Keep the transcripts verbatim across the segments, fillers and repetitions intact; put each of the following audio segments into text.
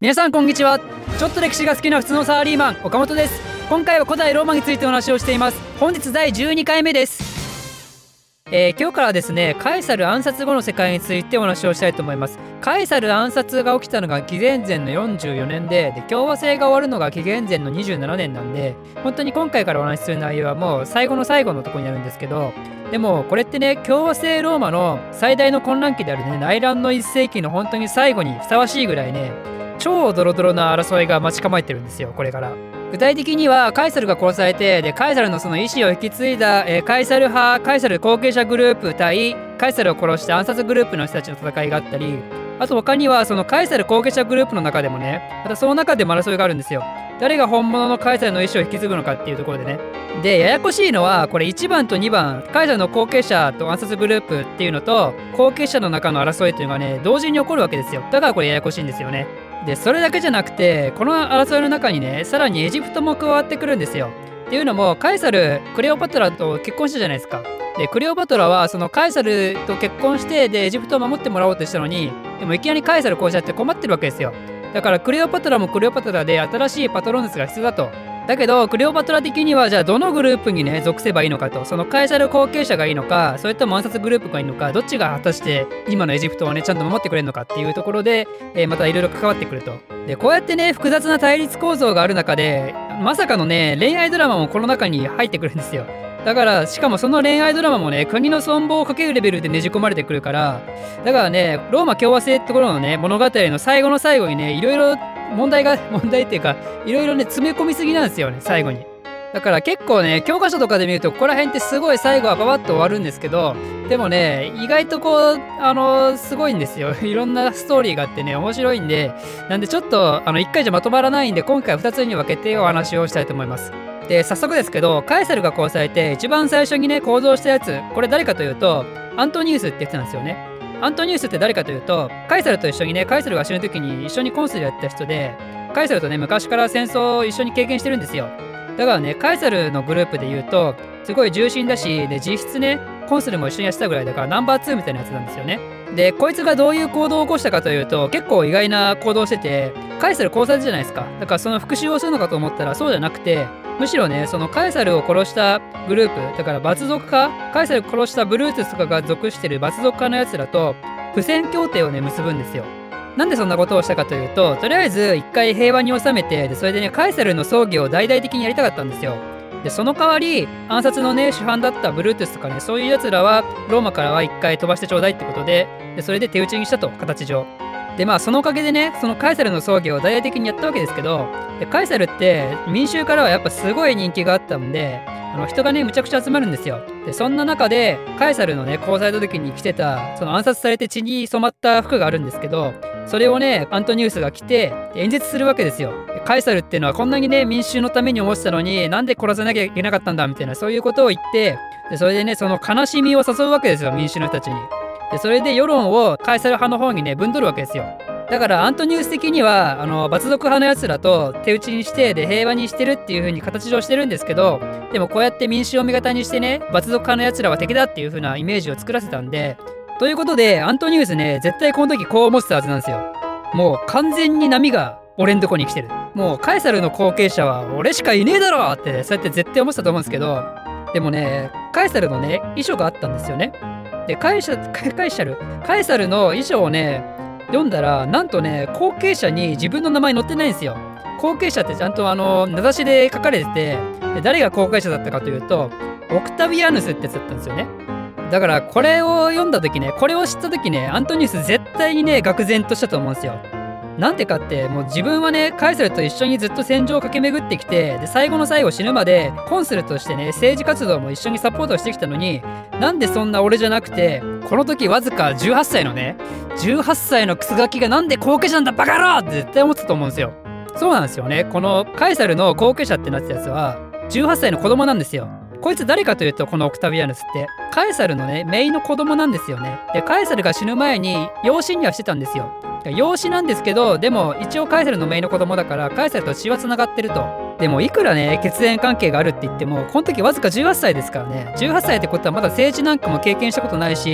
皆さんこんにちは。ちょっと歴史が好きな普通のサラリーマン岡本です。今回は古代ローマについてお話をしています。本日だいじゅうにかいめです。えー、今日からですね、カエサル暗殺後の世界についてお話をしたいと思います。カエサル暗殺が起きたのが紀元前のよんじゅうよねんで、で共和制が終わるのが紀元前のにじゅうななねんなんで、本当に今回からお話しする内容はもう最後の最後のところになるんですけど、でもこれってね、共和制ローマの最大の混乱期であるね、内乱のいっ世紀の本当に最後にふさわしいぐらいね、超ドロドロな争いが待ち構えてるんですよ、これから。具体的にはカエサルが殺されて、でカエサルのその意思を引き継いだ、えー、カエサル派カエサル後継者グループ対カエサルを殺した暗殺グループの人たちの戦いがあったり、あと他にはそのカエサル後継者グループの中でもね、またその中でも争いがあるんですよ。誰が本物のカエサルの意思を引き継ぐのかっていうところでね。でややこしいのはこれいちばんとにばん、カエサルの後継者と暗殺グループっていうのと後継者の中の争いっていうのがね、同時に起こるわけですよ。だからこれややこしいんですよね。でそれだけじゃなくて、この争いの中にね、さらにエジプトも加わってくるんですよ。っていうのもカエサルクレオパトラと結婚したじゃないですか。でクレオパトラはそのカエサルと結婚してでエジプトを守ってもらおうとしたのに、でもいきなりカエサルこうしちゃって困ってるわけですよ。だからクレオパトラもクレオパトラで新しいパトロンヌスが必要だと。だけどクレオパトラ的にはじゃあどのグループにね属せばいいのかと、そのカエサル後継者がいいのか、それとも暗殺グループがいいのか、どっちが果たして今のエジプトをねちゃんと守ってくれるのかっていうところで、えー、またいろいろ関わってくると。でこうやってね複雑な対立構造がある中で、まさかのね恋愛ドラマもこの中に入ってくるんですよ。だからしかもその恋愛ドラマもね国の存亡をかけるレベルでねじ込まれてくるから、だからねローマ共和制ってところのね物語の最後の最後にねいろいろ問題が問題っていうかいろいろね詰め込みすぎなんですよね、最後に。だから結構ね教科書とかで見るとここら辺ってすごい最後はババッと終わるんですけど、でもね意外とこうあのすごいんですよ。いろんなストーリーがあってね面白いんで、なんでちょっとあのいっかいじゃまとまらないんで、今回はふたつに分けてお話をしたいと思います。で早速ですけど、カエサルが殺されて一番最初にね行動したやつ、これ誰かというとアントニウスって言ってたんですよね。アントニウスって誰かというと、カエサルと一緒にねカエサルが死ぬ時に一緒にコンスルやった人で、カエサルとね昔から戦争を一緒に経験してるんですよ。だからねカエサルのグループで言うとすごい重心だし、で実質ねコンスルも一緒にやってたぐらいだからナンバーツーみたいなやつなんですよね。でこいつがどういう行動を起こしたかというと、結構意外な行動をしてて、カエサル殺されたじゃないですか。だからその復讐をするのかと思ったらそうじゃなくて、むしろねそのカエサルを殺したグループだから罰族化、カエサルを殺したブルートゥスとかが属してる罰族化のやつらと不戦協定をね結ぶんですよ。なんでそんなことをしたかというと、とりあえず一回平和に収めて、でそれでねカエサルの葬儀を大々的にやりたかったんですよ。でその代わり暗殺のね主犯だったブルートゥスとかね、そういうやつらはローマからは一回飛ばしてちょうだいってことで、でそれで手打ちにしたと、形上。でまあそのおかげでねそのカエサルの葬儀を大々的にやったわけですけど、でカエサルって民衆からはやっぱすごい人気があったんで、あの人がねむちゃくちゃ集まるんですよ。でそんな中でカエサルのね殺された時に着てたその暗殺されて血に染まった服があるんですけど、それをねアントニウスが着て演説するわけですよ。カエサルっていうのはこんなにね民衆のために思ってたのに、なんで殺さなきゃいけなかったんだみたいな、そういうことを言って、でそれでねその悲しみを誘うわけですよ、民衆の人たちに。でそれで世論をカエサル派の方にね分取るわけですよ。だからアントニウス的にはあの罰族派のやつらと手打ちにしてで平和にしてるっていう風に形上してるんですけど、でもこうやって民衆を味方にしてね罰族派のやつらは敵だっていう風なイメージを作らせたんで、ということでアントニウスね絶対この時こう思ってたはずなんですよ。もう完全に波が俺んとこに来てる、もうカエサルの後継者は俺しかいねえだろって、そうやって絶対思ってたと思うんですけど、でもねカエサルのね遺書があったんですよね。でカエサルカエサルカエサルの遺書をね読んだら、なんとね後継者に自分の名前載ってないんですよ。後継者ってちゃんとあの名指しで書かれてて、で誰が後継者だったかというとオクタビアヌスってやつだったんですよね。だからこれを読んだ時ね、これを知った時ねアントニウス絶対にね愕然としたと思うんですよ。なんでかってもう自分はねカエサルと一緒にずっと戦場を駆け巡ってきて、で最後の最後死ぬまでコンスルとしてね政治活動も一緒にサポートしてきたのに、なんでそんな俺じゃなくてこの時わずかじゅうはっさいのねじゅうはっさいのクスガキがなんで後継者なんだバカ野郎って絶対思ってたと思うんですよ。そうなんですよね。このカエサルの後継者ってなってたやつはじゅうはっさいの子供なんですよ。こいつ誰かというと、このオクタビアヌスってカエサルのね姪の子供なんですよね。でカエサルが死ぬ前に養子にはしてたんですよ。養子なんですけど、でも一応カエサルの姪の子供だからカエサルと血はつながってると。でもいくらね血縁関係があるって言ってもこの時わずかじゅうはっさいですからね。じゅうはっさいってことはまだ政治なんかも経験したことないし、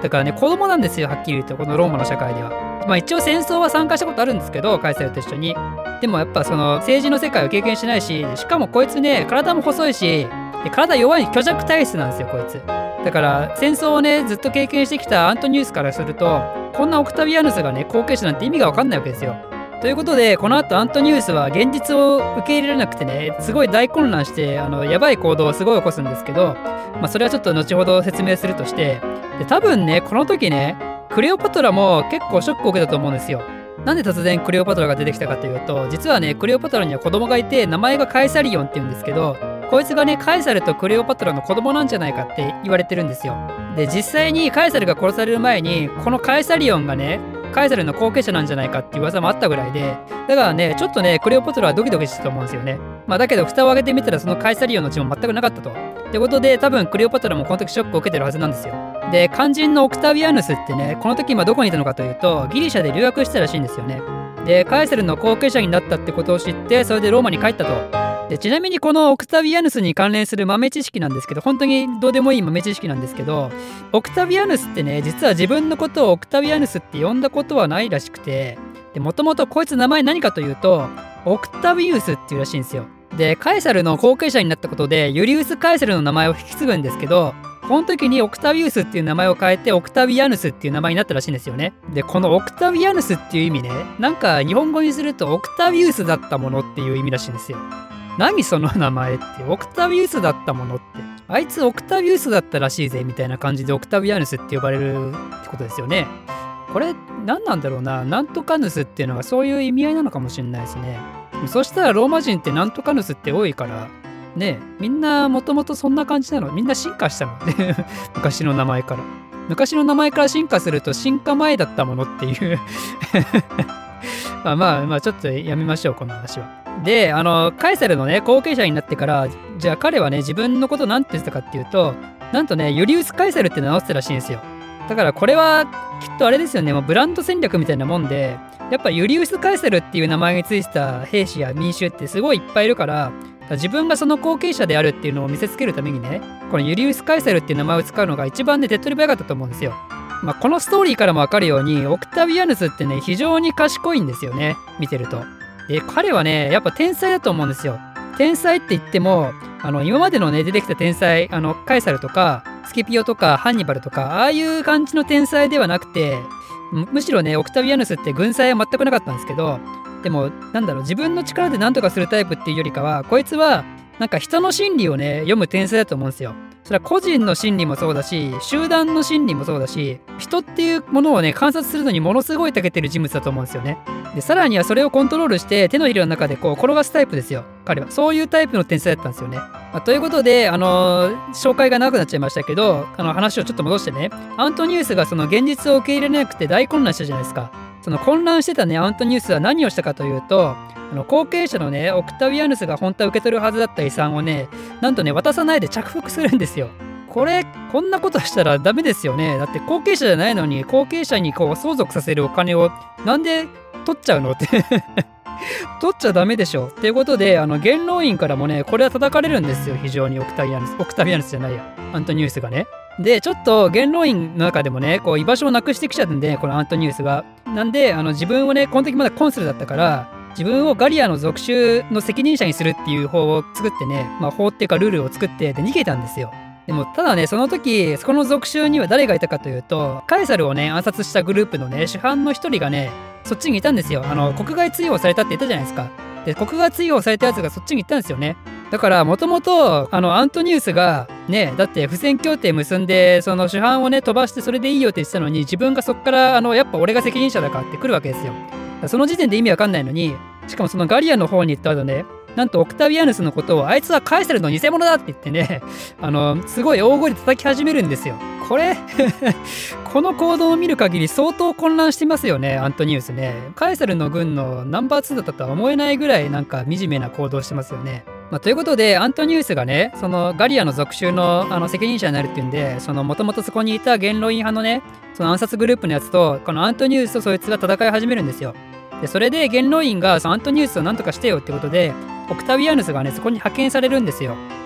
だからね、子供なんですよ、はっきり言うと、このローマの社会では。まあ一応戦争は参加したことあるんですけど、カエサルと一緒に。でもやっぱその政治の世界を経験しないし、しかもこいつね、体も細いし、で体弱い虚弱体質なんですよ、こいつ。だから戦争をね、ずっと経験してきたアントニウスからすると、こんなオクタビアヌスがね、後継者なんて意味がわかんないわけですよ。ということで、この後アントニウスは現実を受け入れられなくてね、すごい大混乱して、あの、やばい行動をすごい起こすんですけど、まあそれはちょっと後ほど説明するとして、で、多分ね、この時ね、クレオパトラも結構ショックを受けたと思うんですよ。なんで突然クレオパトラが出てきたかというと、実はね、クレオパトラには子供がいて、名前がカエサリオンって言うんですけど、こいつがね、カエサルとクレオパトラの子供なんじゃないかって言われてるんですよ。で、実際にカエサルが殺される前に、このカエサリオンがね、カエサルの後継者なんじゃないかっていう噂もあったぐらいで、だからね、ちょっとね、クレオパトラはドキドキしてたと思うんですよね。まあだけど、蓋を開けてみたらそのカエサリオンの血も全くなかったと。ってことで、多分クレオパトラもこの時ショックを受けてるはずなんですよ。で、肝心のオクタビアヌスってね、この時今どこにいたのかというと、ギリシャで留学してたらしいんですよね。で、カエサルの後継者になったってことを知って、それでローマに帰ったと。で、ちなみにこのオクタビアヌスに関連する豆知識なんですけど、本当にどうでもいい豆知識なんですけど、オクタビアヌスってね、実は自分のことをオクタビアヌスって呼んだことはないらしくて、で、もともとこいつ名前何かというと、オクタビウスっていうらしいんですよ。で、カエサルの後継者になったことで、ユリウス・カエサルの名前を引き継ぐんですけど、この時にオクタビウスっていう名前を変えてオクタビアヌスっていう名前になったらしいんですよね。で、このオクタビアヌスっていう意味ね、なんか日本語にするとオクタビウスだったものっていう意味らしいんですよ。何その名前って、オクタビウスだったものって。あいつオクタビウスだったらしいぜみたいな感じでオクタビアヌスって呼ばれるってことですよね。これ何なんだろうな、なんとかヌスっていうのがそういう意味合いなのかもしれないですね。そしたらローマ人ってなんとかヌスって多いから、ねえ、みんなもともとそんな感じなの。みんな進化したのね。昔の名前から。昔の名前から進化すると進化前だったものっていうまあまあまあちょっとやめましょう、この話は。で、あの、カエサルのね、後継者になってから、じゃあ彼はね、自分のことなんて言ってたかっていうと、なんとね、ユリウス・カエサルって名乗ってたらしいんですよ。だからこれはきっとあれですよね、もうブランド戦略みたいなもんで、やっぱユリウス・カエサルっていう名前についてた兵士や民衆ってすごいいっぱいいるから、自分がその後継者であるっていうのを見せつけるためにね、このユリウス・カエサルっていう名前を使うのが一番ね、手っ取り早かったと思うんですよ。まあ、このストーリーからもわかるように、オクタビアヌスってね、非常に賢いんですよね、見てると。で、彼はね、やっぱ天才だと思うんですよ。天才って言っても、あの、今までのね、出てきた天才、あの、カエサルとか、スキピオとか、ハンニバルとか、ああいう感じの天才ではなくて、む、むしろね、オクタビアヌスって軍才は全くなかったんですけど、でも、なんだろう、自分の力で何とかするタイプっていうよりかは、こいつは、なんか人の心理をね、読む天才だと思うんですよ。それは個人の心理もそうだし、集団の心理もそうだし、人っていうものをね、観察するのにものすごい長けてる人物だと思うんですよね。で、さらにはそれをコントロールして、手のひらの中でこう転がすタイプですよ、彼は。そういうタイプの天才だったんですよね。まあ、ということで、あのー、紹介が長くなっちゃいましたけど、あの話をちょっと戻してね、アントニウスがその現実を受け入れなくて大混乱したじゃないですか。その混乱してたね、アントニウスは何をしたかというと、あの後継者のね、オクタビアヌスが本当は受け取るはずだった遺産をね、なんとね、渡さないで着服するんですよ。これ、こんなことしたらダメですよね。だって後継者じゃないのに、後継者にこう相続させるお金をなんで取っちゃうのって取っちゃダメでしょ。っていうことで、あの元老院からもね、これは叩かれるんですよ、非常にオクタビアヌス。オクタビアヌスじゃないや、アントニウスがね。で、ちょっと元老院の中でもね、こう居場所をなくしてきちゃったんで、このアントニウスが。なんで、あの自分をね、この時まだコンスルだったから、自分をガリアの属州の責任者にするっていう法を作ってね、まあ法っていうかルールを作ってで逃げたんですよ。でもただね、その時、そこの属州には誰がいたかというと、カエサルをね、暗殺したグループのね、主犯の一人がね、そっちにいたんですよ。あの、国外追放されたって言ったじゃないですか。で、国外追放されたやつがそっちに行ったんですよね。だから、もともと、あの、アントニウスが、ね、だって不戦協定結んで、その主犯をね、飛ばしてそれでいいよって言ってたのに、自分がそっから、あの、やっぱ俺が責任者だからって来るわけですよ。その時点で意味わかんないのに、しかもそのガリアの方に行った後ね、なんとオクタビアヌスのことをあいつはカエサルの偽物だって言ってね、あの、すごい大声で叩き始めるんですよ。これこの行動を見る限り相当混乱してますよね、アントニウスね。カエサルの軍のナンバーツーだったとは思えないぐらいなんか惨めな行動してますよね。まあ、ということで、アントニウスがね、そのガリアの属州のあの責任者になるっていうんで、そのもともとそこにいた元老院派のね、その暗殺グループのやつと、このアントニウスとそいつが戦い始めるんですよ。で、それで元老院がそのアントニウスを何とかしてよってことで、オクタビアヌスがね、そこに派遣されるんですよ。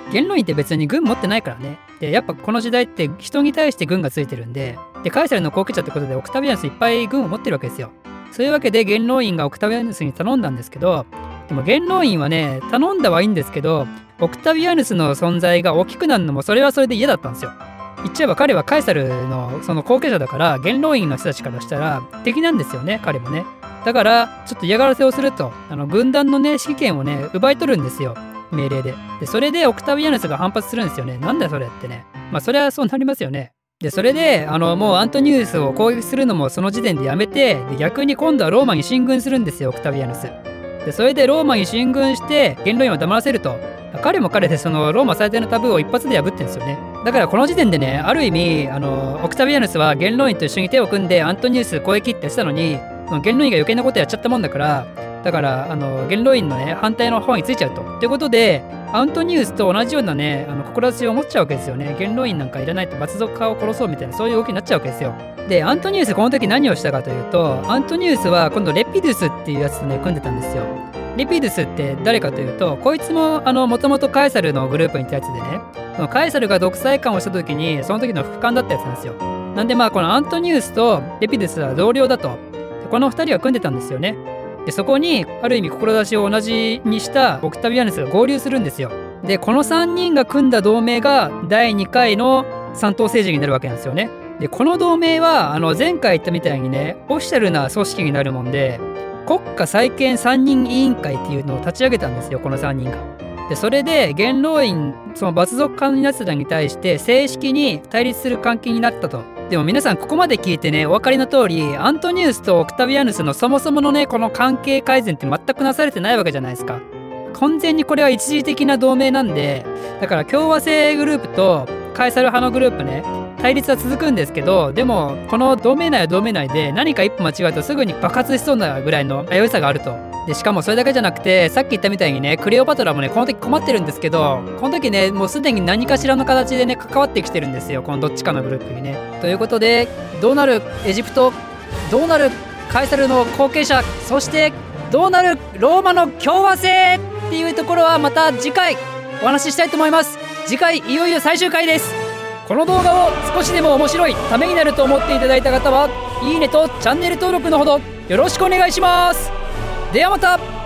元老院って別に軍持ってないからね。でやっぱこの時代って人に対して軍がついてるんで、でカエサルの後継者ってことでオクタビアヌスいっぱい軍を持ってるわけですよ。そういうわけで元老院がオクタビアヌスに頼んだんですけど、でも元老院はね頼んだはいいんですけど、オクタビアヌスの存在が大きくなるのもそれはそれで嫌だったんですよ。言っちゃえば彼はカエサルのその後継者だから、元老院の人たちからしたら敵なんですよね、彼もね。だからちょっと嫌がらせをすると、あの軍団のね指揮権をね奪い取るんですよ、命令で。でそれでオクタビアヌスが反発するんですよね。なんだよそれってね。まあそれはそうなりますよね。でそれであのもうアントニウスを攻撃するのもその時点でやめて、で逆に今度はローマに進軍するんですよ、オクタビアヌス。でそれでローマに進軍して元老院を黙らせると。彼も彼でそのローマ最低のタブーを一発で破ってるんですよね。だからこの時点でね、ある意味あのオクタビアヌスは元老院と一緒に手を組んでアントニウス攻撃ってしたのに、元老院が余計なことやっちゃったもんだから、だからあの元老院のね反対の方についちゃうと。ということでアントニウスと同じようなねあの志を持っちゃうわけですよね。元老院なんかいらないと罰族化を殺そうみたいな、そういう動きになっちゃうわけですよ。でアントニウスこの時何をしたかというと、アントニウスは今度レピドゥスっていうやつとね組んでたんですよ。レピドゥスって誰かというと、こいつもあのもともとカエサルのグループにいたやつでね、そのカエサルが独裁官をした時にその時の副官だったやつなんですよ。なんでまあこのアントニウスとレピドゥスは同僚だと。このふたりは組んでたんですよね。でそこにある意味志を同じにしたオクタビアヌスが合流するんですよ。でこのさんにんが組んだ同盟がだいにかいの三党政治になるわけなんですよね。でこの同盟はあの前回言ったみたいにねオフィシャルな組織になるもんで、国家再建三人委員会っていうのを立ち上げたんですよ、このさんにんが。でそれで元老院その罰族化のやつらに対して正式に対立する関係になったと。でも皆さんここまで聞いてねお分かりの通り、アントニウスとオクタビアヌスのそもそものねこの関係改善って全くなされてないわけじゃないですか。完全にこれは一時的な同盟なんで、だから共和制グループとカエサル派のグループね対立は続くんですけど、でもこの同盟内は同盟内で何か一歩間違うとすぐに爆発しそうなぐらいの危うさがあると。でしかもそれだけじゃなくて、さっき言ったみたいにねクレオパトラもねこの時困ってるんですけど、この時ねもうすでに何かしらの形でね関わってきてるんですよ、このどっちかのグループにね。ということでどうなるエジプト、どうなるカエサルの後継者、そしてどうなるローマの共和制っていうところはまた次回お話ししたいと思います。次回いよいよ最終回です。この動画を少しでも面白い、ためになると思っていただいた方はいいねとチャンネル登録のほどよろしくお願いします。ではまた。